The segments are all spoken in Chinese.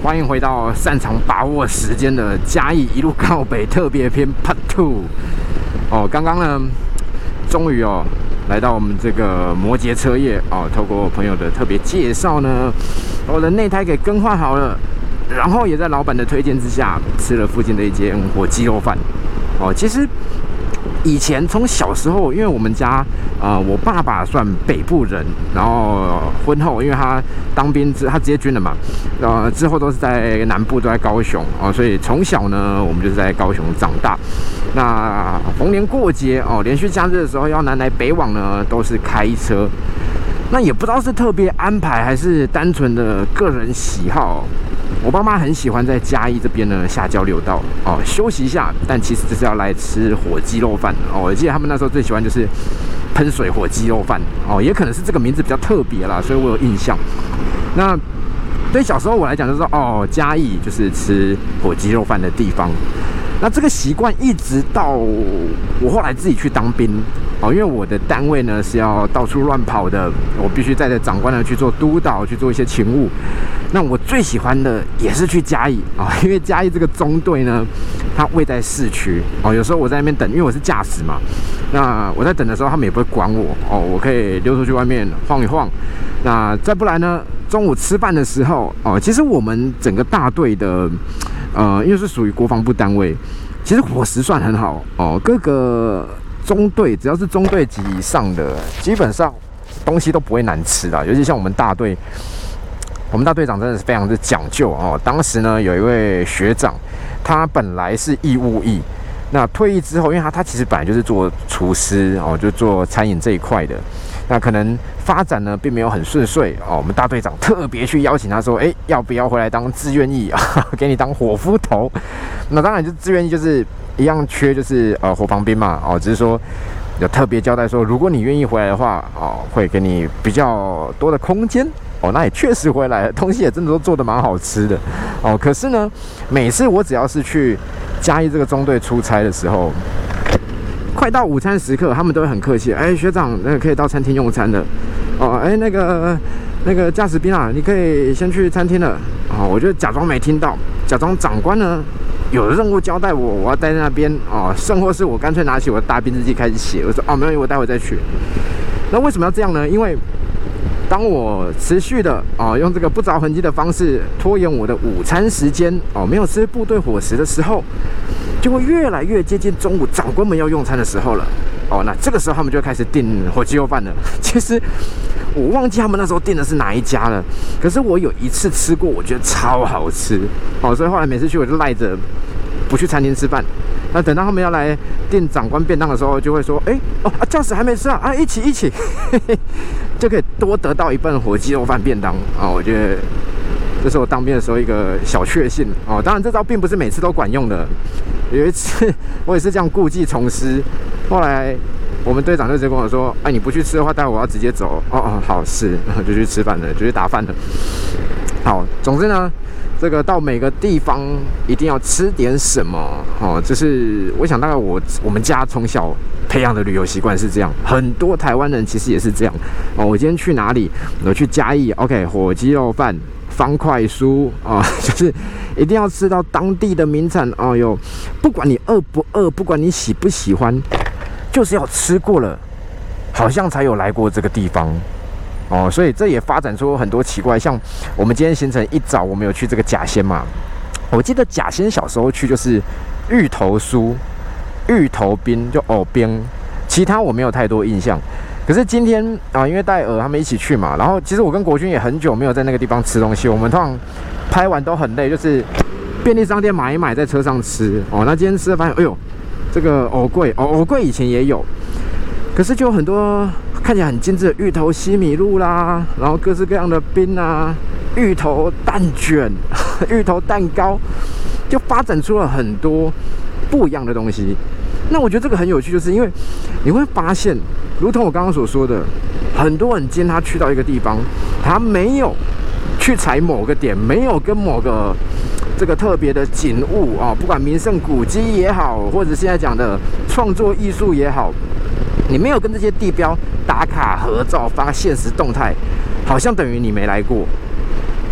欢迎回到擅长把握时间的嘉义一路靠北特别篇 Part 2。刚刚呢，终于来到我们这个摩羯车业透过我朋友的特别介绍呢，我的内胎给更换好了，然后也在老板的推荐之下吃了附近的一间火鸡肉饭。其实以前从小时候，因为我们家我爸爸算北部人，然后婚后因为他当兵他直接军了嘛，之后都是在南部，都在高雄所以从小呢我们就是在高雄长大。那逢年过节连续假日的时候要南来北往呢，都是开车。那也不知道是特别安排还是单纯的个人喜好。我爸妈很喜欢在嘉义这边呢下交流道休息一下，但其实就是要来吃火鸡肉饭我记得他们那时候最喜欢就是喷水火鸡肉饭也可能是这个名字比较特别啦，所以我有印象。那对小时候我来讲就是说嘉义就是吃火鸡肉饭的地方。那这个习惯一直到我后来自己去当兵因为我的单位呢是要到处乱跑的，我必须带着长官呢去做督导，去做一些勤务。那我最喜欢的也是去嘉义因为嘉义这个中队呢，它位在市区有时候我在那边等，因为我是驾驶嘛。那我在等的时候，他们也不会管我我可以溜出去外面晃一晃。那再不然呢，中午吃饭的时候其实我们整个大队的因为是属于国防部单位，其实伙食算很好各个中队只要是中队级以上的，基本上东西都不会难吃的。尤其像我们大队，我们大队长真的是非常的讲究当时呢，有一位学长，他本来是义务役，那退役之后，因为他其实本来就是做厨师就做餐饮这一块的。那可能发展呢并没有很顺遂我们大队长特别去邀请他说，要不要回来当志愿役给你当伙夫头。那当然就志愿役就是一样缺，就是伙房兵嘛只是说有特别交代说，如果你愿意回来的话会给你比较多的空间那也确实回来了，东西也真的都做得蛮好吃的可是呢，每次我只要是去嘉义这个中队出差的时候，快到午餐时刻，他们都会很客气，学长，那个可以到餐厅用餐的那个驾驶兵啊，你可以先去餐厅了我就假装没听到，假装长官呢有任务交代我要待在那边甚或是我干脆拿起我的大兵日记开始写，我说没关系，我待会再去。那为什么要这样呢？因为当我持续的用这个不着痕迹的方式拖延我的午餐时间没有吃部队伙食的时候，就会越来越接近中午长官们要用餐的时候了那这个时候他们就会开始订火鸡肉饭了。其实我忘记他们那时候订的是哪一家了，可是我有一次吃过，我觉得超好吃所以后来每次去我就赖着不去餐厅吃饭。那等到他们要来订长官便当的时候，就会说教室还没吃一起就可以多得到一份火鸡肉饭便当我觉得这是我当兵的时候一个小确幸当然这招并不是每次都管用的。有一次我也是这样故技重施，后来我们队长就直接跟我说，你不去吃的话，待会我要直接走好，是就去吃饭了，就去打饭了。好，总之呢，这个到每个地方一定要吃点什么这是我想大概我们家从小培养的旅游习惯是这样，很多台湾人其实也是这样我今天去哪里，我去嘉义 OK 火鸡肉饭方块酥就是一定要吃到当地的名产不管你饿不饿，不管你喜不喜欢，就是要吃过了，好像才有来过这个地方所以这也发展出很多奇怪，像我们今天行程一早我们有去这个甲仙嘛，我记得甲仙小时候去就是芋头酥、芋头冰就冰，其他我没有太多印象。可是今天因为戴尔他们一起去嘛，然后其实我跟国军也很久没有在那个地方吃东西，我们通常拍完都很累，就是便利商店买一买在车上吃那今天吃的发现，这个藕桂以前也有，可是就有很多看起来很精致的芋头西米露啦，然后各式各样的冰芋头蛋卷、芋头蛋糕，就发展出了很多不一样的东西。那我觉得这个很有趣，就是因为你会发现，如同我刚刚所说的，很多人今天他去到一个地方，他没有去踩某个点，没有跟某个这个特别的景物不管名胜古迹也好，或者现在讲的创作艺术也好，你没有跟这些地标打卡合照发现实动态，好像等于你没来过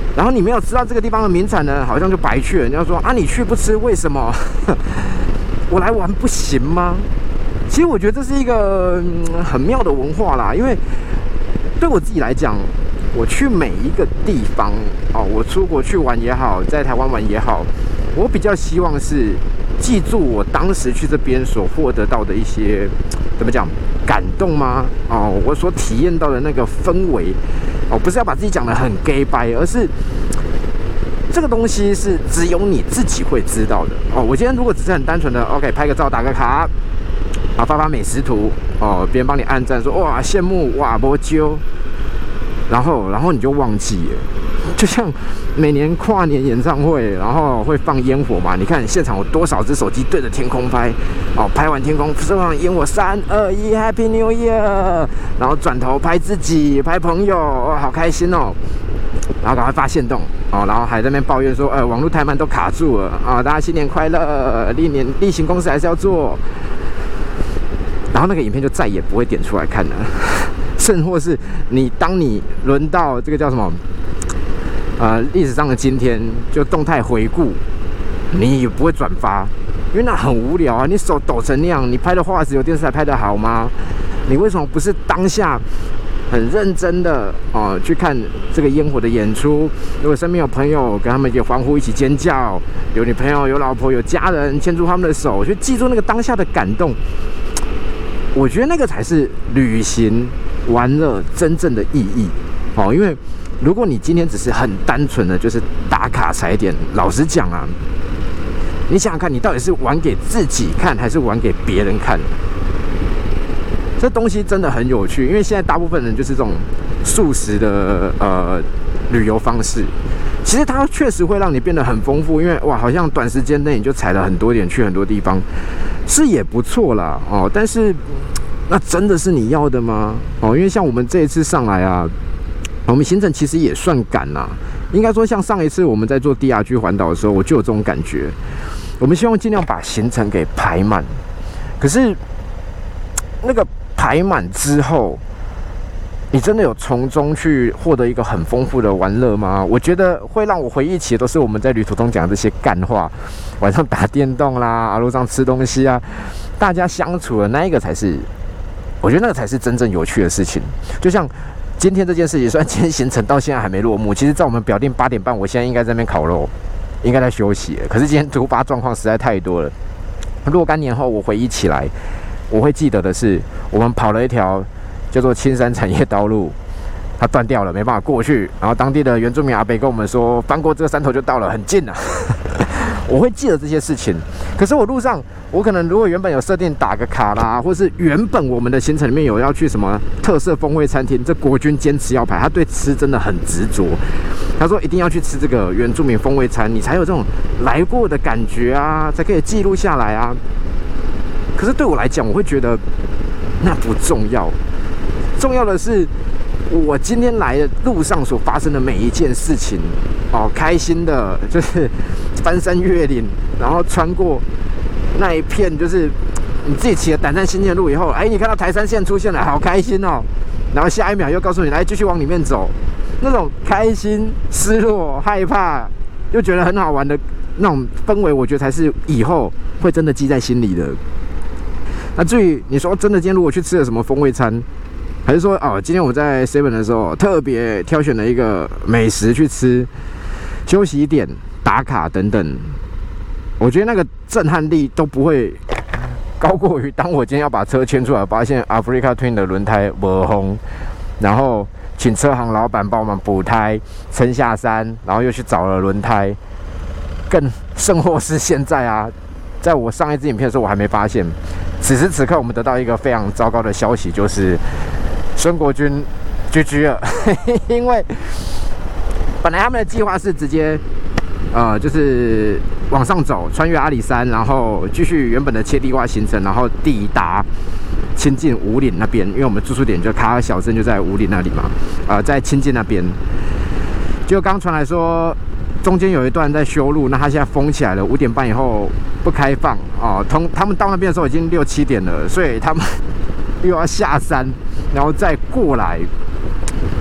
然后你没有吃到这个地方的名产呢，好像就白去了。人家说啊，你去不吃，为什么？我来玩不行吗？其实我觉得这是一个很妙的文化啦，因为对我自己来讲，我去每一个地方哦，我出国去玩也好，在台湾玩也好，我比较希望是记住我当时去这边所获得到的一些怎么讲感动吗？哦，我所体验到的那个氛围哦，不是要把自己讲得很 gay 白，而是这个东西是只有你自己会知道的哦。我今天如果只是很单纯的 OK 拍个照打个卡。啊，发美食图哦，别人帮你按赞说哇羡慕哇不揪，然后你就忘记了，就像每年跨年演唱会，然后会放烟火嘛，你看现场有多少只手机对着天空拍，哦，拍完天空释放烟火，3、2、1 Happy New Year， 然后转头拍自己拍朋友，哦，好开心哦，然后赶快发限动哦，然后还在那边抱怨说网络太慢都卡住了啊，大家新年快乐，例行公事还是要做。然后那个影片就再也不会点出来看了，甚或是当你轮到这个叫什么历史上的今天，就动态回顾，你也不会转发，因为那很无聊啊！你手抖成那样，你拍的画质有电视台拍的好吗？你为什么不是当下很认真的去看这个烟火的演出？如果身边有朋友，跟他们一起欢呼，一起尖叫，有女朋友、有老婆、有家人牵住他们的手，去记住那个当下的感动。我觉得那个才是旅行玩乐真正的意义哦，因为如果你今天只是很单纯的就是打卡踩点，老实讲啊，你想想看，你到底是玩给自己看还是玩给别人看？这东西真的很有趣，因为现在大部分人就是这种速食的旅游方式，其实它确实会让你变得很丰富，因为哇，好像短时间内你就踩了很多点，去很多地方。是也不错啦哦，但是那真的是你要的吗？哦，因为像我们这一次上来啊，我们行程其实也算赶啦。应该说，像上一次我们在做 DRG 环岛的时候，我就有这种感觉。我们希望尽量把行程给排满，可是那个排满之后，你真的有从中去获得一个很丰富的玩乐吗？我觉得会让我回忆起的都是我们在旅途中讲的这些干话，晚上打电动啦，路上吃东西啊，大家相处的那一个才是，我觉得那个才是真正有趣的事情。就像今天这件事情，虽然今天行程到现在还没落幕，其实在我们表定8点半，我现在应该在那边烤肉，应该在休息了。可是今天突发状况实在太多了，若干年后我回忆起来，我会记得的是，我们跑了一条叫做青山产业道路，它断掉了，没办法过去。然后当地的原住民阿伯跟我们说，翻过这个山头就到了，很近啊。我会记得这些事情。可是我路上，我可能如果原本有设定打个卡啦，或是原本我们的行程里面有要去什么特色风味餐厅，这国军坚持要排，他对吃真的很执着。他说一定要去吃这个原住民风味餐，你才有这种来过的感觉啊，才可以记录下来啊。可是对我来讲，我会觉得那不重要。重要的是，我今天来的路上所发生的每一件事情，哦，开心的，就是翻山越岭，然后穿过那一片，就是你自己骑了胆战心惊的路以后，哎，你看到台山线出现了，好开心哦，然后下一秒又告诉你，来继续往里面走，那种开心、失落、害怕，又觉得很好玩的那种氛围，我觉得才是以后会真的记在心里的。那至于你说真的，今天如果去吃了什么风味餐，还是说哦，今天我在 7 的时候特别挑选了一个美食去吃，休息点、打卡等等，我觉得那个震撼力都不会高过于当我今天要把车牵出来，发现 Africa Twin 的轮胎没红，然后请车行老板帮我们补胎、撑下山，然后又去找了轮胎，更甚或是现在啊，在我上一支影片的时候，我还没发现。此时此刻，我们得到一个非常糟糕的消息，就是孙国军GG了，因为本来他们的计划是直接，就是往上走，穿越阿里山，然后继续原本的切地瓜行程，然后抵达清境武岭那边，因为我们住宿点就卡尔小镇就在武岭那里嘛，在清境那边。结果刚传来说，中间有一段在修路，那他现在封起来了，5点半以后不开放哦。他们到那边的时候已经6、7点了，所以他们又要下山，然后再过来。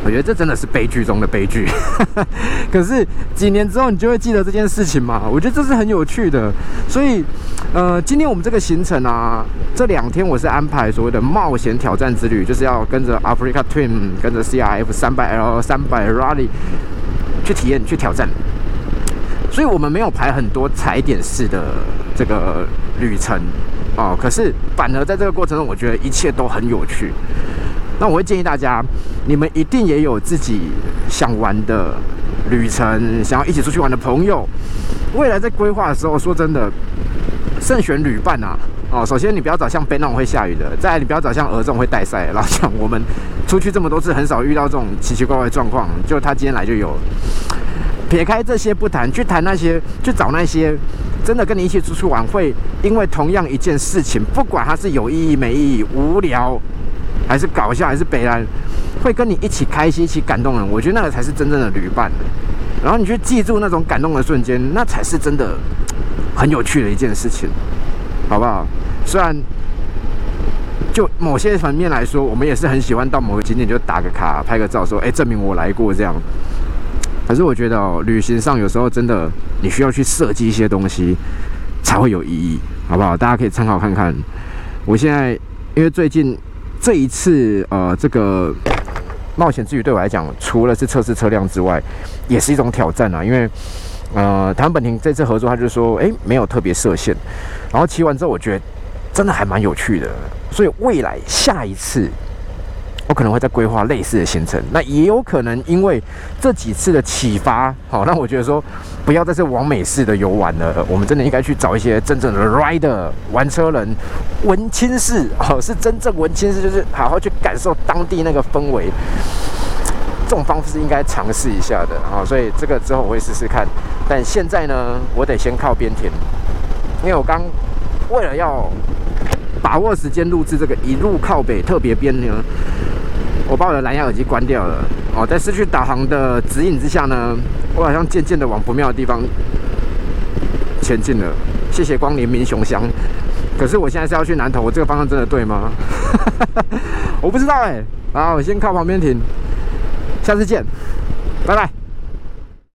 我觉得这真的是悲剧中的悲剧。可是几年之后，你就会记得这件事情嘛？我觉得这是很有趣的。所以，今天我们这个行程啊，这2天我是安排所谓的冒险挑战之旅，就是要跟着 Africa Twin、跟着 CRF 300L、300 Rally 去体验、去挑战。所以我们没有排很多踩点式的这个旅程哦，可是反而在这个过程中，我觉得一切都很有趣。那我会建议大家，你们一定也有自己想玩的旅程，想要一起出去玩的朋友。未来在规划的时候，说真的，慎选旅伴啊。哦，首先你不要找像Ben那种会下雨的，再来你不要找像鹅这种会带赛的。老实讲，我们出去这么多次，很少遇到这种奇奇怪怪的状况，就他今天来就有。撇开这些不谈，去谈那些，去找那些真的跟你一起出去玩，会因为同样一件事情，不管它是有意义没意义、无聊还是搞笑还是北兰，会跟你一起开心、一起感动的人，我觉得那个才是真正的旅伴。然后你去记住那种感动的瞬间，那才是真的很有趣的一件事情，好不好？虽然就某些层面来说，我们也是很喜欢到某个景点就打个卡、拍个照，说证明我来过这样。可是我觉得旅行上有时候真的你需要去设计一些东西，才会有意义，好不好？大家可以参考看看。我现在因为最近这一次这个冒险之旅对我来讲，除了是测试车辆之外，也是一种挑战啊。因为台湾本田这次合作，他就说没有特别设限，然后骑完之后，我觉得真的还蛮有趣的。所以未来下一次，我可能会再规划类似的行程，那也有可能因为这几次的启发，好，让我觉得说不要再是往美式的游玩了，我们真的应该去找一些真正的 rider 玩车人，文青式，是真正文青式，就是好好去感受当地那个氛围。这种方式应该尝试一下的啊，所以这个之后我会试试看。但现在呢，我得先靠边停，因为我刚为了要把握时间录制这个一路靠北特别篇呢，我把我的蓝牙耳机关掉了哦，在失去导航的指引之下呢，我好像渐渐的往不妙的地方前进了。谢谢光临民雄乡。可是我现在是要去南投，我这个方向真的对吗？我不知道好，我先靠旁边停，下次见，拜拜。